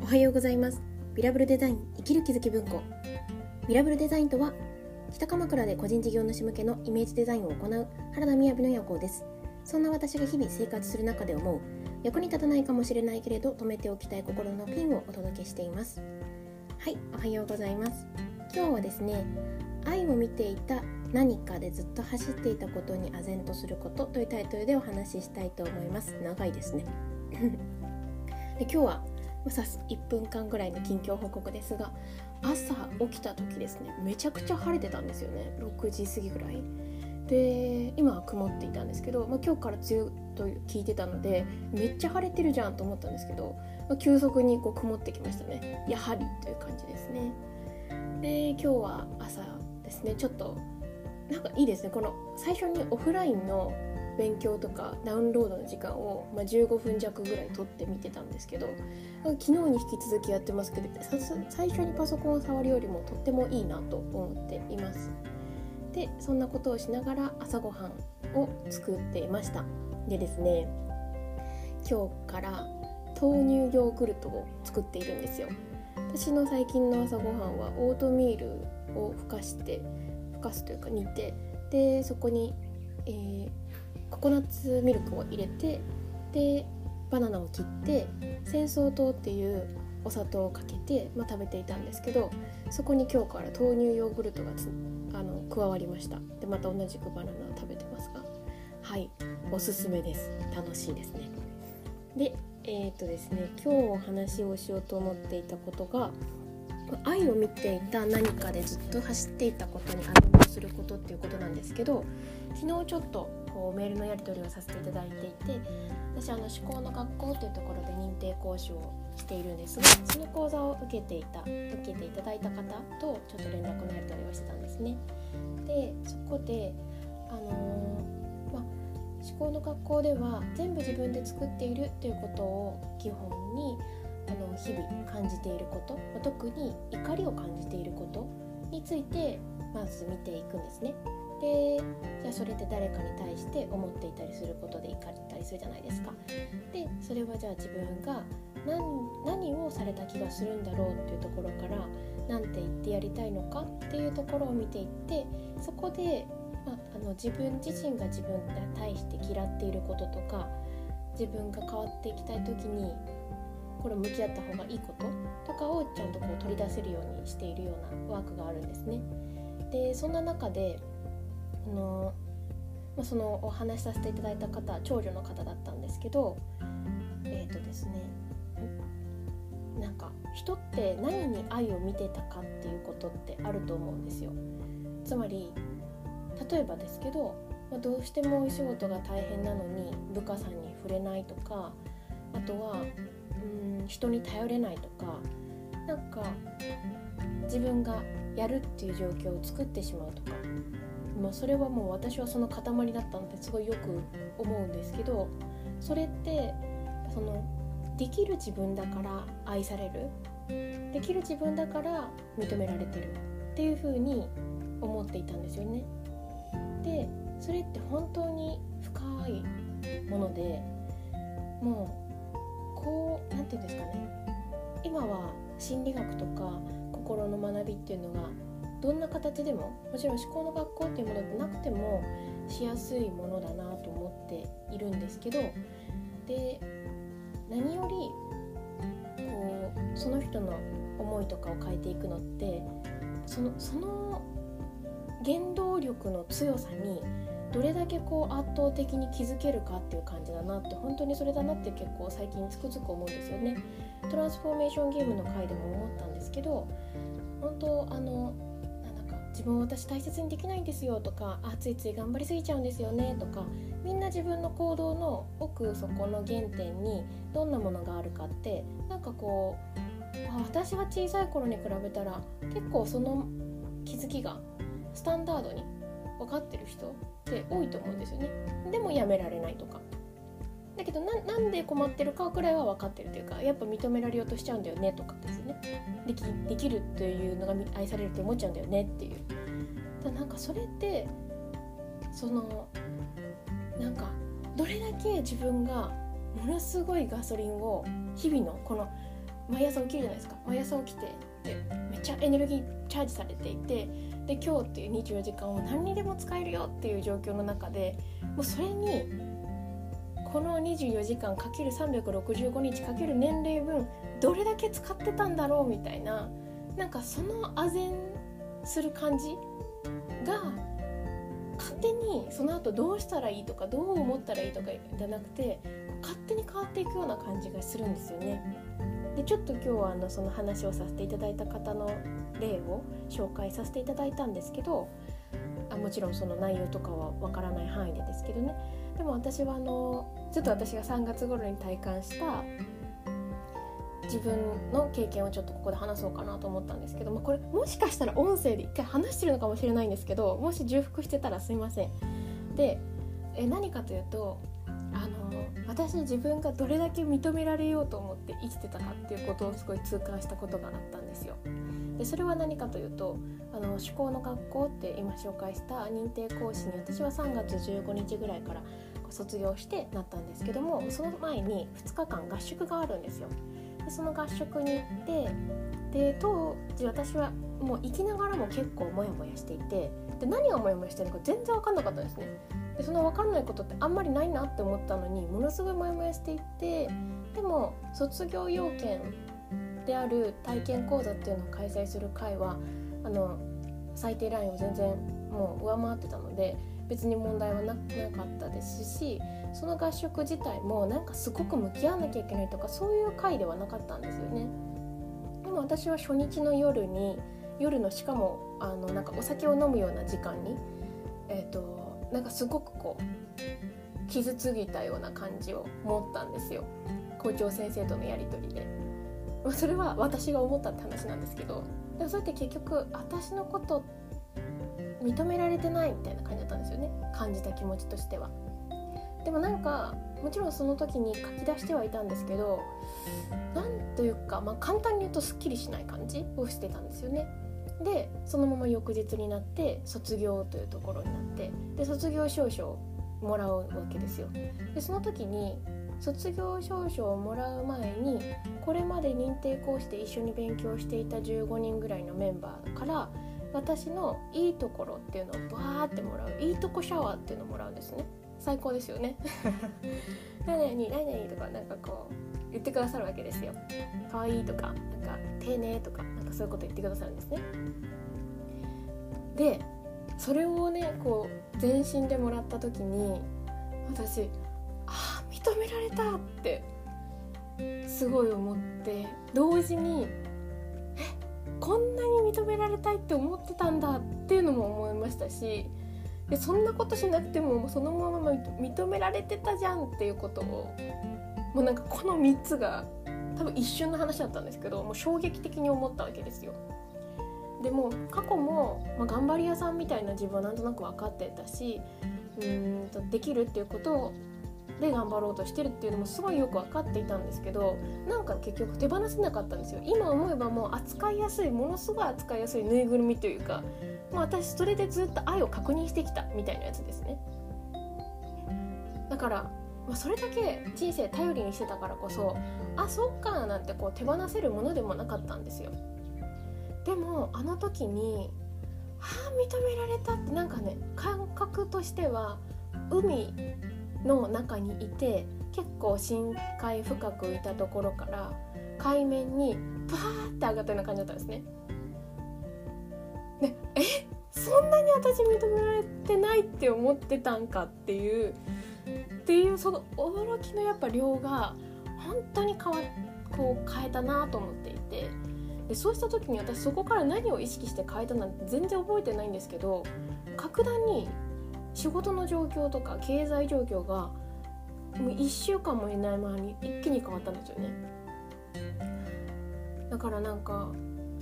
はようございます。ビラブルデザイン生きる気づき文庫。ビラブルデザインとは、北鎌倉で個人事業主向けのイメージデザインを行う原田雅の夜行です。そんな私が日々生活する中で思う、役に立たないかもしれないけれど止めておきたい心のピンをお届けしています。はい、おはようございます。今日はですね、愛を見ていた何かでずっと走っていたことに唖然とすることというタイトルでお話ししたいと思います。長いですねで今日は1分間ぐらいの近況報告ですが、朝起きた時ですね、めちゃくちゃ晴れてたんですよね。6時過ぎぐらいで、今は曇っていたんですけど、今日から梅雨と聞いてたのでめっちゃ晴れてるじゃんと思ったんですけど、急速に曇ってきましたね。やはりという感じですね。で、今日は朝ですね、ちょっとなんかいいですね。この最初にオフラインの勉強とかダウンロードの時間を、15分弱ぐらい取ってみてたんですけど、昨日に引き続きやってますけど、最初にパソコンを触るよりもとってもいいなと思っています。で、そんなことをしながら朝ごはんを作っていました。でですね、今日から豆乳ヨーグルトを作っているんですよ。私の最近の朝ごはんはオートミールをふかすというか煮て、でそこに、ココナッツミルクを入れて、でバナナを切って仙草糖っていうお砂糖をかけて、食べていたんですけど、そこに今日から豆乳ヨーグルトが加わりました。でまた同じくバナナを食べてますが、はい、おすすめです。楽しいですね。でですね、今日お話をしようと思っていたことが、愛を見ていた何かでずっと走っていたことにアドバイスすることっていうことなんですけど、昨日ちょっとメールのやり取りをさせていただいていて、私思考の学校というところで認定講師をしているんですが、その講座を受けていただいた方とちょっと連絡のやり取りをしてたんですね。でそこで思考の学校では全部自分で作っているということを基本に日々感じていること、特に怒りを感じていることについてまず見ていくんですね。で、じゃあそれって誰かに対して思っていたりすることで怒ったりするじゃないですか。で、それはじゃあ自分が 何をされた気がするんだろうっていうところから、なんて言ってやりたいのかっていうところを見ていって、そこで、自分自身が自分に対して嫌っていることとか、自分が変わっていきたい時にこれ向き合った方がいいこととかをちゃんと取り出せるようにしているようなワークがあるんですね。で、そんな中でそのお話しさせていただいた方、長女の方だったんですけど、ですね、なんか人って何に愛を見てたかっていうことってあると思うんですよ。つまり例えばですけど、どうしてもお仕事が大変なのに部下さんに触れないとか、あとは人に頼れないとか、なんか自分がやるっていう状況を作ってしまうとか、それはもう私はその塊だったのですごいよく思うんですけど、それってできる自分だから愛される、できる自分だから認められてるっていう風に思っていたんですよね。で、それって本当に深いもので、もうなんていうんですかね、今は心理学とか心の学びっていうのがどんな形でも、もちろん思考の学校っていうものでなくてもしやすいものだなと思っているんですけど、で、何よりその人の思いとかを変えていくのって、その原動力の強さにどれだけ圧倒的に気づけるかっていう感じだなって、本当にそれだなって結構最近つくづく思うんですよね。トランスフォーメーションゲームの回でも思ったんですけど、本当自分を私大切にできないんですよとか、ついつい頑張りすぎちゃうんですよねとか、みんな自分の行動の奥底の原点にどんなものがあるかって、私が小さい頃に比べたら結構その気づきがスタンダードに分かってる人って多いと思うんですよね。でもやめられないとか、だけどなんで困ってるかくらいは分かってるというか、やっぱ認められようとしちゃうんだよねとかですね、できるというのが愛されると思っちゃうんだよねっていう。それってどれだけ自分がものすごいガソリンを日々のこの毎朝起きるじゃないですか。毎朝起きてでめっちゃエネルギーチャージされていて、で今日っていう24時間を何にでも使えるよっていう状況の中で、もうそれにこの24時間 ×365 日 × 年齢分どれだけ使ってたんだろうみたいな、なんかその唖然する感じが勝手にその後どうしたらいいとかどう思ったらいいとかじゃなくて、勝手に変わっていくような感じがするんですよね。でちょっと今日はその話をさせていただいた方の例を紹介させていただいたんですけど、もちろんその内容とかはわからない範囲でですけどね。でも私はちょっと私が3月頃に体感した自分の経験をちょっとここで話そうかなと思ったんですけど、これもしかしたら音声で一回話してるのかもしれないんですけど、もし重複してたらすいません。で何かというと私自分がどれだけ認められようと思って生きてたかっていうことをすごい痛感したことがあったんですよ。でそれは何かというと思考の学校って今紹介した認定講師に私は3月15日ぐらいから卒業してなったんですけども、その前に2日間合宿があるんですよ。でその合宿に行って、で当時私はもう行きながらも結構モヤモヤしていて、で何がモヤモヤしてるのか全然分かんなかったんですね。でその分かんないことってあんまりないなって思ったのにものすごいモヤモヤしていて、でも卒業要件である体験講座っていうのを開催する会は最低ラインを全然もう上回ってたので別に問題はなかったですし、その合宿自体もなんかすごく向き合わなきゃいけないとかそういう会ではなかったんですよね。でも私は初日の夜のしかもなんかお酒を飲むような時間になんかすごくこう傷ついたような感じを持ったんですよ、校長先生とのやり取りで。それは私が思ったって話なんですけど、でもそれって結局私のこと認められてないみたいな感じだったんですよね、感じた気持ちとしては。でもなんかもちろんその時に書き出してはいたんですけど、なんというか、簡単に言うとすっきりしない感じをしてたんですよね。でそのまま翌日になって卒業というところになって、で卒業証書をもらうわけですよ。でその時に卒業証書をもらう前にこれまで認定講師で一緒に勉強していた15人ぐらいのメンバーから私のいいところっていうのをバーってもらう、いいとこシャワーっていうのをもらうんですね。最高ですよね何々とかなんかこう言ってくださるわけですよ。可愛いとかなんか丁寧とかなんかそういうこと言ってくださるんですね。でそれをねこう全身でもらった時に私認められたってすごい思って、同時にこんなに認められたいって思ってたんだっていうのも思いましたし、でそんなことしなくてもそのまま認められてたじゃんっていうことをもうなんかこの3つが多分一瞬の話だったんですけど、もう衝撃的に思ったわけですよ。でも過去も、頑張り屋さんみたいな自分はなんとなく分かってたし、できるっていうことで頑張ろうとしてるっていうのもすごいよく分かっていたんですけど、なんか結局手放せなかったんですよ。今思えばもう扱いやすい、ものすごい扱いやすいぬいぐるみというか、私それでずっと愛を確認してきたみたいなやつですね。だから、それだけ人生頼りにしてたからこそ、そっかなんてこう手放せるものでもなかったんですよ。でもあの時に認められたってなんかね、感覚としては海の中にいて結構深海深くいたところから海面にバーって上がったような感じだったんですね。でそんなに私認められてないって思ってたんかっていうその驚きのやっぱ量が本当に変えたなと思っていて、でそうした時に私そこから何を意識して変えたなんて全然覚えてないんですけど、格段に仕事の状況とか経済状況がもう1週間もいない前に一気に変わったんですよね。だからなんか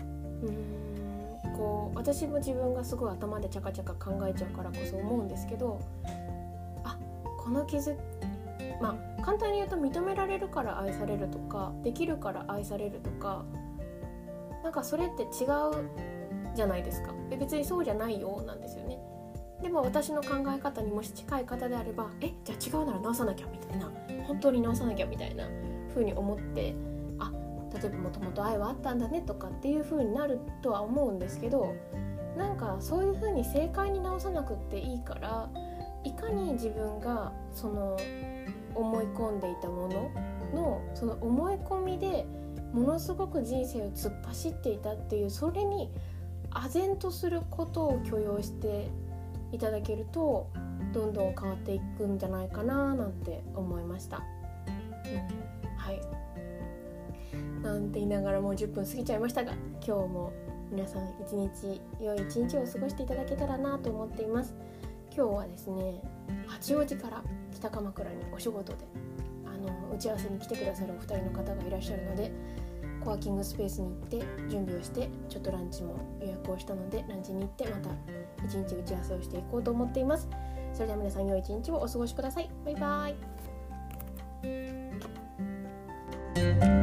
こう私も自分がすごい頭でチャカチャカ考えちゃうからこそ思うんですけど、この傷簡単に言うと認められるから愛されるとかできるから愛されるとかなんかそれって違うじゃないですか。別にそうじゃないよなんですよね。でも私の考え方にもし近い方であればじゃあ違うなら直さなきゃみたいな、本当に直さなきゃみたいな風に思って例えばもともと愛はあったんだねとかっていう風になるとは思うんですけど、なんかそういう風に正解に直さなくっていいから、いかに自分がその思い込んでいたもののその思い込みでものすごく人生を突っ走っていたっていう、それに唖然とすることを許容していただけるとどんどん変わっていくんじゃないかななんて思いました。はい。なんて言いながらもう10分過ぎちゃいましたが、今日も皆さん良い一日を過ごしていただけたらなと思っています。今日はですね、八王子から北鎌倉にお仕事で打ち合わせに来てくださるお二人の方がいらっしゃるので、コワーキングスペースに行って準備をして、ちょっとランチも予約をしたのでランチに行ってまた一日打ち合わせをしていこうと思っています。それでは皆さん良い一日をお過ごしください。バイバイ。